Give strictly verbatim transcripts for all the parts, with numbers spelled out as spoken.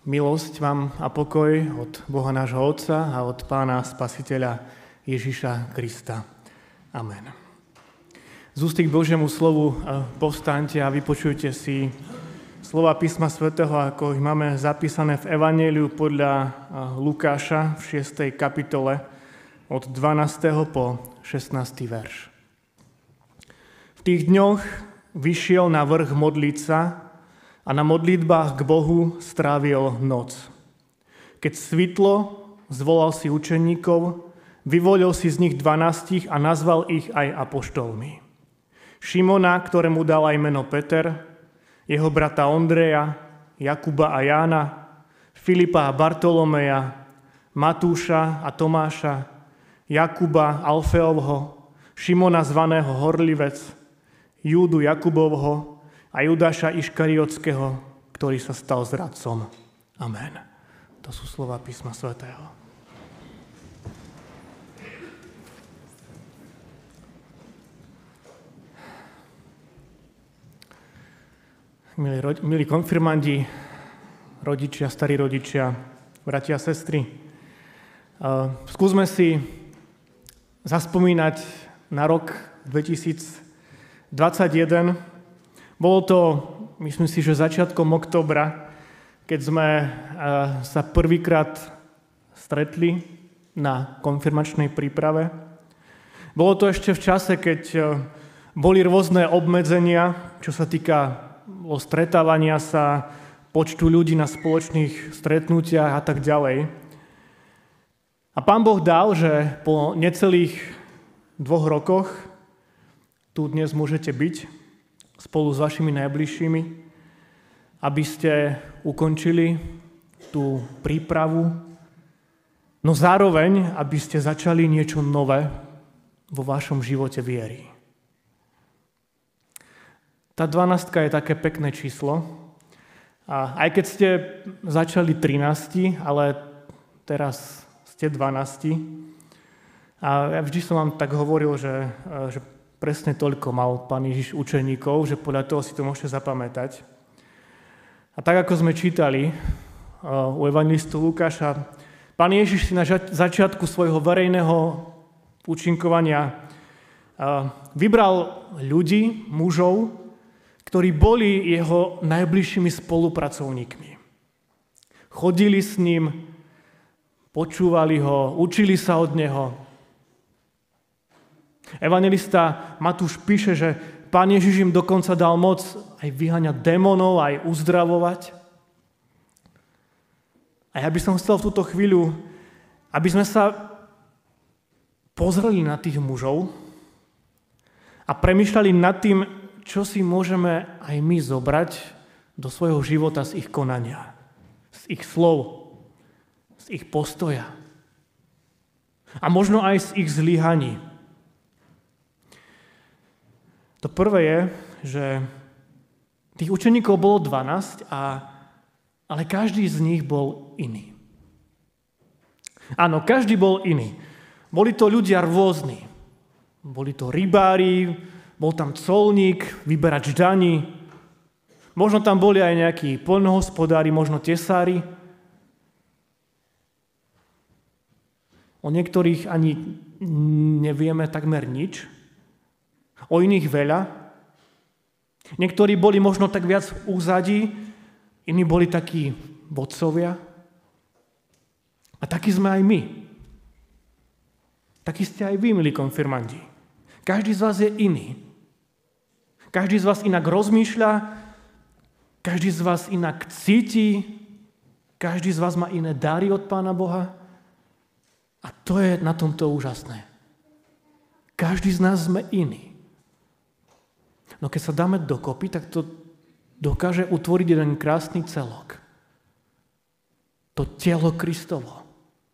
Milosť vám a pokoj od Boha nášho Otca a od Pána Spasiteľa Ježiša Krista. Amen. Z ústy k Božiemu slovu povstaňte a vypočujte si slova písma svätého, ako ich máme zapísané v Evanjeliu podľa Lukáša v šiestej kapitole od dvanásteho po šestnásty verš. V tých dňoch vyšiel na vrch modliť sa a na modlitbách k Bohu strávil noc. Keď svitlo, zvolal si učeníkov, vyvolil si z nich dvanástich a nazval ich aj apoštolmi. Šimona, ktorému dal aj meno Peter, jeho brata Ondreja, Jakuba a Jána, Filipa a Bartolomeja, Matúša a Tomáša, Jakuba Alfeovho, Šimona zvaného Horlivec, Júdu Jakubovho a Judáša Iškariotského, ktorý sa stal zradcom. Amen. To sú slova písma svätého. Milí, milí konfirmandi, rodičia, starí rodičia, bratia a sestry, uh, skúsme si zaspomínať na rok dvetisícdvadsaťjeden. Bolo to, myslím si, že začiatkom októbra, keď sme uh, sa prvýkrát stretli na konfirmačnej príprave. Bolo to ešte v čase, keď uh, boli rôzne obmedzenia, čo sa týka o stretávania sa, počtu ľudí na spoločných stretnutiach a tak ďalej. A Pán Boh dal, že po necelých dvoch rokoch tu dnes môžete byť spolu s vašimi najbližšími, aby ste ukončili tú prípravu, no zároveň, aby ste začali niečo nové vo vašom živote viery. Tá dvanástka je také pekné číslo. A aj keď ste začali trinásti, ale teraz ste dvanásti. A ja vždy som vám tak hovoril, že, že presne toľko mal Pán Ježiš učeníkov, že podľa toho si to môžete zapamätať. A tak, ako sme čítali u evanjelistu Lukáša, Pán Ježiš si na začiatku svojho verejného účinkovania vybral ľudí, mužov, ktorí boli jeho najbližšími spolupracovníkmi. Chodili s ním, počúvali ho, učili sa od neho. Evanjelista Matúš píše, že Pán Ježiš im dokonca dal moc aj vyháňať démonov, aj uzdravovať. A ja by som chcel v túto chvíľu, aby sme sa pozreli na tých mužov a premýšľali nad tým, čo si môžeme aj my zobrať do svojho života z ich konania, z ich slov, z ich postoja a možno aj z ich zlyhaní. To prvé je, že tých učeníkov bolo dvanásť, a, ale každý z nich bol iný. Áno, každý bol iný. Boli to ľudia rôzni. Boli to rybári, bol tam colník, vyberač daní, možno tam boli aj nejakí poľnohospodári, možno tesári. O niektorých ani nevieme takmer nič, o iných veľa. Niektorí boli možno tak viac v úzadí, iní boli takí vodcovia. A takí sme aj my. Takí ste aj vy, milí konfirmandi. Každý z vás je iný. Každý z vás inak rozmýšľa, každý z vás inak cíti, každý z vás má iné dary od Pána Boha. A to je na tomto úžasné. Každý z nás sme iný. No keď sa dáme dokopy, tak to dokáže utvoriť jeden krásny celok. To telo Kristovo.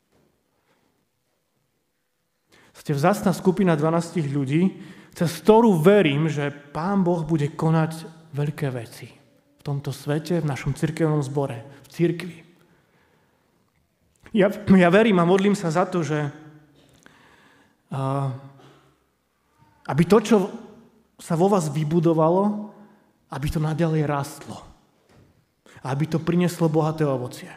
Ste vzácna skupina dvanástich ľudí, cez ktorú verím, že Pán Boh bude konať veľké veci v tomto svete, v našom cirkevnom zbore, v cirkvi. Ja, ja verím a modlím sa za to, že uh, aby to, čo sa vo vás vybudovalo, aby to naďalej rastlo. a aby to prinieslo bohaté ovocie.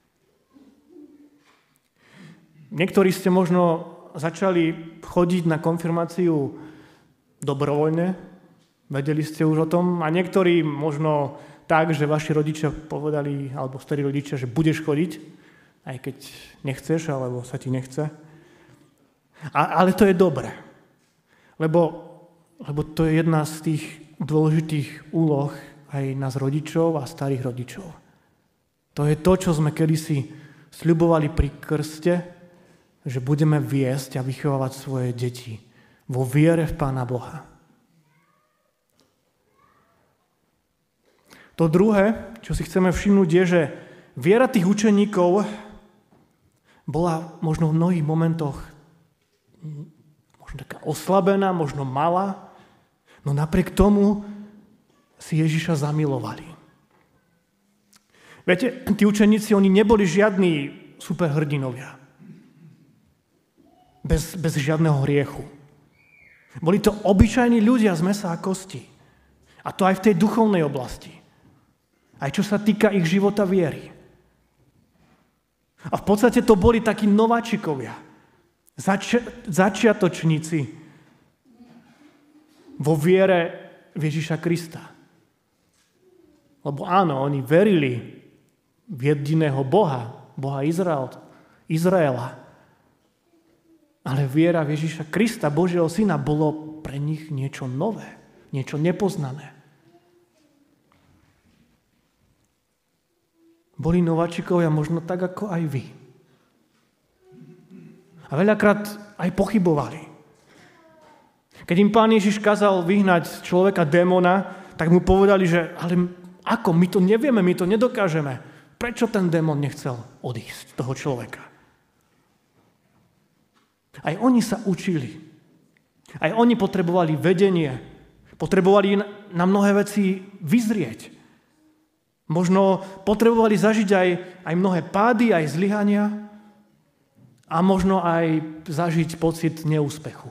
Niektorí ste možno začali chodiť na konfirmáciu dobrovoľne, vedeli ste už o tom, a niektorí možno tak, že vaši rodičia povedali, alebo starí rodičia, že budeš chodiť, aj keď nechceš, alebo sa ti nechce. A, ale to je dobré, lebo, lebo to je jedna z tých dôležitých úloh aj nás rodičov a starých rodičov. To je to, čo sme kedysi sľubovali pri krste, že budeme viesť a vychovávať svoje deti vo viere v Pána Boha. To druhé, čo si chceme všimnúť, je, že viera tých učeníkov bola možno v mnohých momentoch možno taká oslabená, možno malá, no napriek tomu si Ježiša zamilovali. Viete, tí učeníci, oni neboli žiadni superhrdinovia. Bez, bez žiadneho hriechu. Boli to obyčajní ľudia z mäsa a kosti. A to aj v tej duchovnej oblasti. Aj čo sa týka ich života viery. A v podstate to boli takí nováčikovia. Zači- začiatočníci vo viere v Ježiša Krista. Lebo áno, oni verili v jediného Boha, Boha Izrael, Izraela. Ale viera v Ježiša Krista, Božieho Syna, bolo pre nich niečo nové, niečo nepoznané. Boli nováčikovia možno tak, ako aj vy. A veľakrát aj pochybovali. Keď im Pán Ježiš kázal vyhnať človeka démona, tak mu povedali, že ale ako, my to nevieme, my to nedokážeme. Prečo ten démon nechcel odísť z toho človeka? Aj oni sa učili. Aj oni potrebovali vedenie. Potrebovali na mnohé veci vyzrieť. Možno potrebovali zažiť aj, aj mnohé pády, aj zlyhania a možno aj zažiť pocit neúspechu.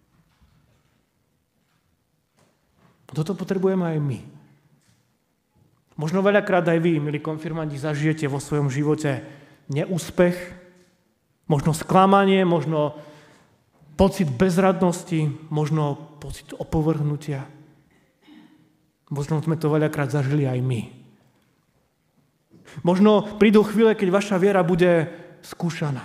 Toto potrebujeme aj my. Možno veľakrát aj vy, milí konfirmandi, zažijete vo svojom živote neúspech, možno sklamanie, možno pocit bezradnosti, možno pocit opovrhnutia. Možno sme to veľakrát zažili aj my. Možno prídu chvíle, keď vaša viera bude skúšaná.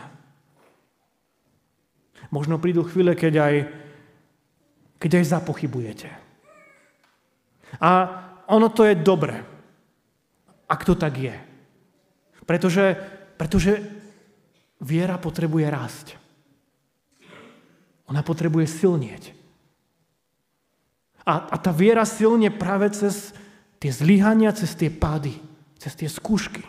Možno prídu chvíle, keď aj, keď aj zapochybujete. A ono to je dobré, ak to tak je. Pretože, pretože viera potrebuje rásť. Ona potrebuje silnieť. A, a tá viera silnie práve cez tie zlyhania, cez tie pády, cez tie skúšky.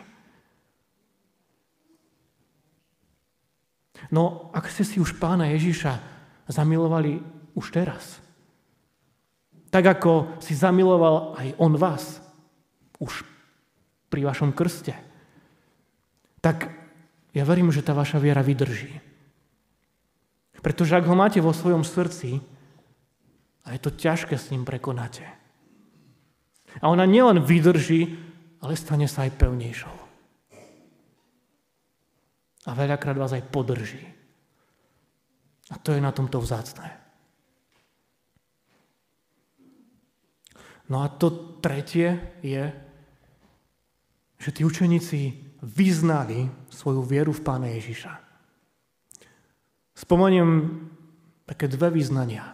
No, ak ste si už Pána Ježiša zamilovali už teraz, tak ako si zamiloval aj on vás, už pri vašom krste, tak ja verím, že tá vaša viera vydrží. Pretože ak ho máte vo svojom srdci, a je to ťažké s ním prekonáte. A ona nielen vydrží, ale stane sa aj pevnejšou. A veľakrát vás aj podrží. A to je na tomto vzácne. No a to tretie je, že tí učeníci vyznali svoju vieru v Pána Ježiša. Spomeniem také dve vyznania.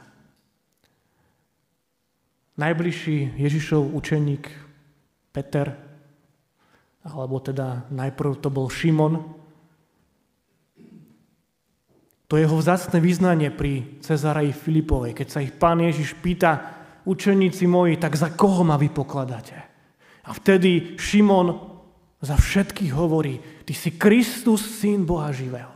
Najbližší Ježišov učeník Peter, alebo teda najprv to bol Šimon. To jeho vzácne vyznanie pri Cezáreji Filipovej, keď sa ich Pán Ježiš pýta, učeníci moji, tak za koho ma vy pokladáte? A vtedy Šimon za všetkých hovorí, ty si Kristus, syn Boha živého.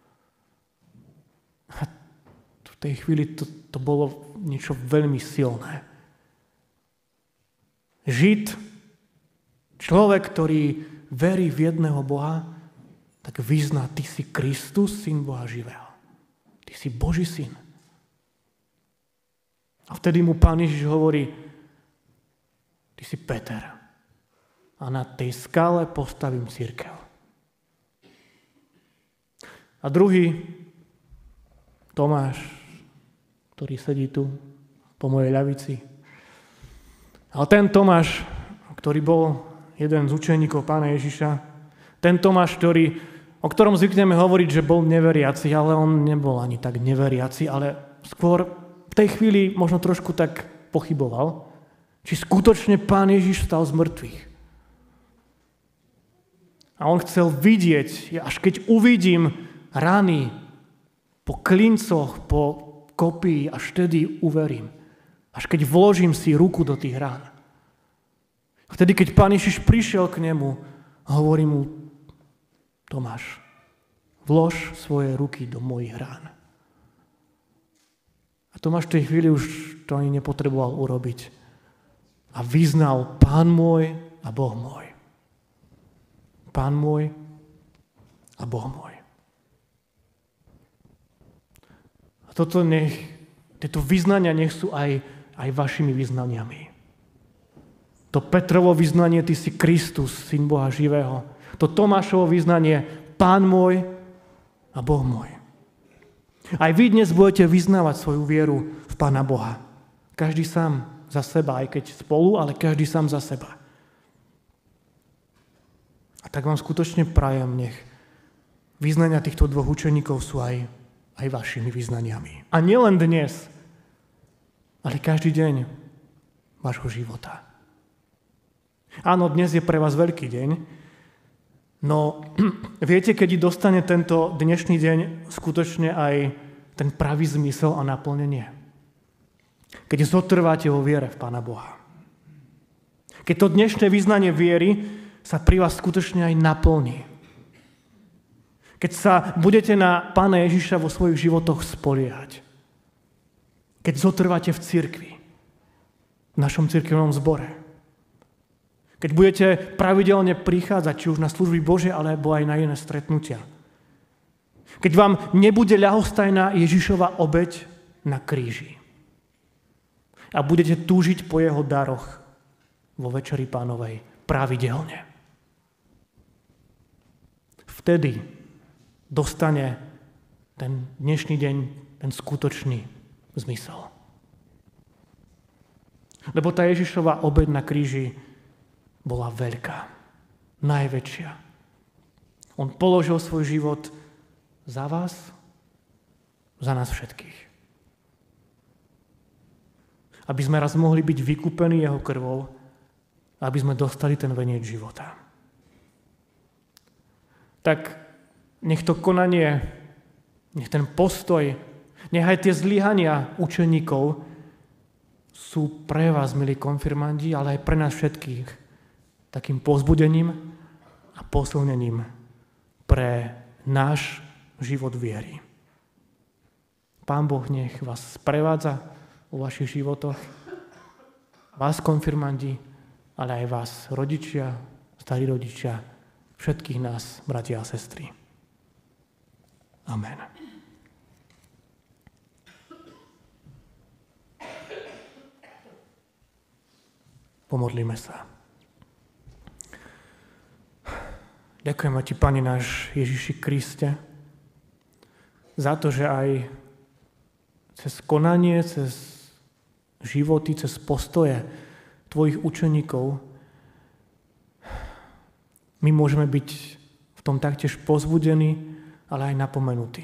A v tej chvíli to, to bolo niečo veľmi silné. Žid, človek, ktorý verí v jedného Boha, tak vyzná, ty si Kristus, syn Boha živého. Ty si Boží syn. A vtedy mu Pán Ježiš hovorí, ty si Peter. a na tej skale postavím cirkev. A druhý, Tomáš, ktorý sedí tu po mojej ľavici. Ale ten Tomáš, ktorý bol jeden z učeníkov Pána Ježiša, ten Tomáš, ktorý, o ktorom zvykneme hovoriť, že bol neveriaci, ale on nebol ani tak neveriaci, ale skôr v tej chvíli možno trošku tak pochyboval, či skutočne Pán Ježiš vstal z mŕtvych. A on chcel vidieť, až keď uvidím rany po klincoch, po kopii, až vtedy uverím. Až keď vložím si ruku do tých rán. Vtedy, keď Pán Ježiš prišiel k nemu, hovorí mu: Tomáš, vlož svoje ruky do mojich rán. A Tomáš v tej chvíli už to ani nepotreboval urobiť. A vyznal: Pán môj a Boh môj. Pán môj a Boh môj. Toto nech, tieto vyznania nech sú aj, aj vašimi vyznaniami. To Petrovo vyznanie, ty si Kristus, Syn Boha živého. To Tomášovo vyznanie, Pán môj a Boh môj. Aj vy dnes budete vyznávať svoju vieru v Pána Boha. Každý sám za seba, aj keď spolu, ale každý sám za seba. A tak vám skutočne prajem, nech vyznania týchto dvoch učeníkov sú aj aj vašimi vyznaniami. A nielen dnes, ale každý deň vášho života. Áno, dnes je pre vás veľký deň, no viete, keď dostane tento dnešný deň skutočne aj ten pravý zmysel a naplnenie. Keď zotrváte vo viere v Pána Boha. Keď to dnešné vyznanie viery sa pri vás skutočne aj naplní. Keď sa budete na Pána Ježiša vo svojich životoch spoliehať. Keď zotrváte v cirkvi, v našom cirkevnom zbore. Keď budete pravidelne prichádzať, či už na služby Božie, alebo aj na iné stretnutia. Keď vám nebude ľahostajná Ježišova obeť na kríži. A budete túžiť po jeho daroch vo Večeri Pánovej pravidelne. Vtedy dostane ten dnešný deň ten skutočný zmysel. Lebo tá Ježišova obeť na kríži bola veľká, najväčšia. On položil svoj život za vás, za nás všetkých. Aby sme raz mohli byť vykúpení jeho krvou, aby sme dostali ten veniec života. Tak nech to konanie, nech ten postoj, nech aj tie zlyhania učeníkov sú pre vás, milí konfirmandi, ale aj pre nás všetkých takým povzbudením a posilnením pre náš život viery. Pán Boh nech vás sprevádza vo vašich životoch, vás konfirmandi, ale aj vás rodičia, starí rodičia, všetkých nás, bratia a sestry. Amen. Pomodlíme sa. Ďakujeme ti, Pane náš Ježiši Kriste, za to, že aj cez konanie, cez životy, cez postoje tvojich učeníkov my môžeme byť v tom taktiež pozbudení, ale aj napomenutí.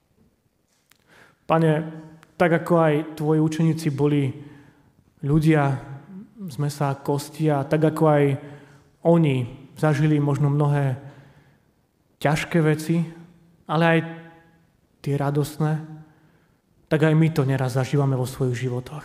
Pane, tak ako aj tvoji učeníci boli ľudia z mesa a kosti a tak ako aj oni zažili možno mnohé ťažké veci, ale aj tie radostné, tak aj my to neraz zažívame vo svojich životoch.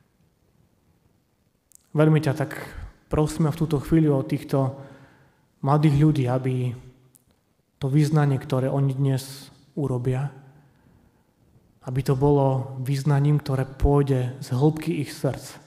Veľmi ťa tak prosíme v túto chvíľu o týchto mladých ľudí, aby to vyznanie, ktoré oni dnes urobia, aby to bolo vyznaním, ktoré pôjde z hĺbky ich srdc.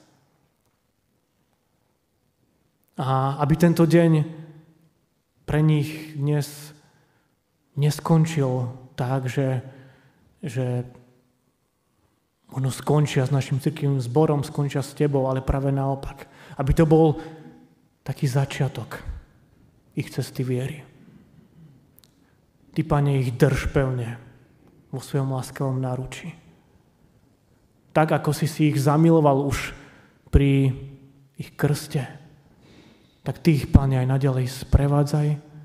A aby tento deň pre nich dnes neskončil tak, že, že možno skončia s našim cirkevným zborom, skončia s tebou, ale práve naopak. Aby to bol taký začiatok ich cesty viery. Ty, Pane, ich drž pevne vo svojom láskavom náručí. Tak, ako si si ich zamiloval už pri ich krste, tak Ty ich, Pane, aj naďalej sprevádzaj.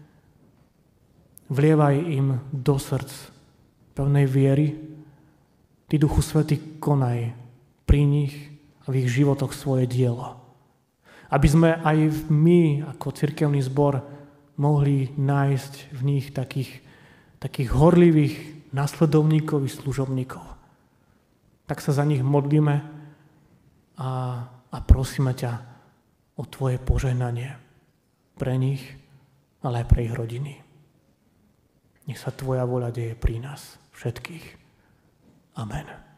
Vlievaj im do srdc pevnej viery. Ty, Duchu Svätý, konaj pri nich a v ich životoch svoje dielo. Aby sme aj my, ako cirkevný zbor, mohli nájsť v nich takých, takých horlivých nasledovníkov i služobníkov. Tak sa za nich modlíme a, a prosíme ťa o Tvoje požehnanie pre nich, ale aj pre ich rodiny. Nech sa Tvoja vôľa deje pri nás všetkých. Amen.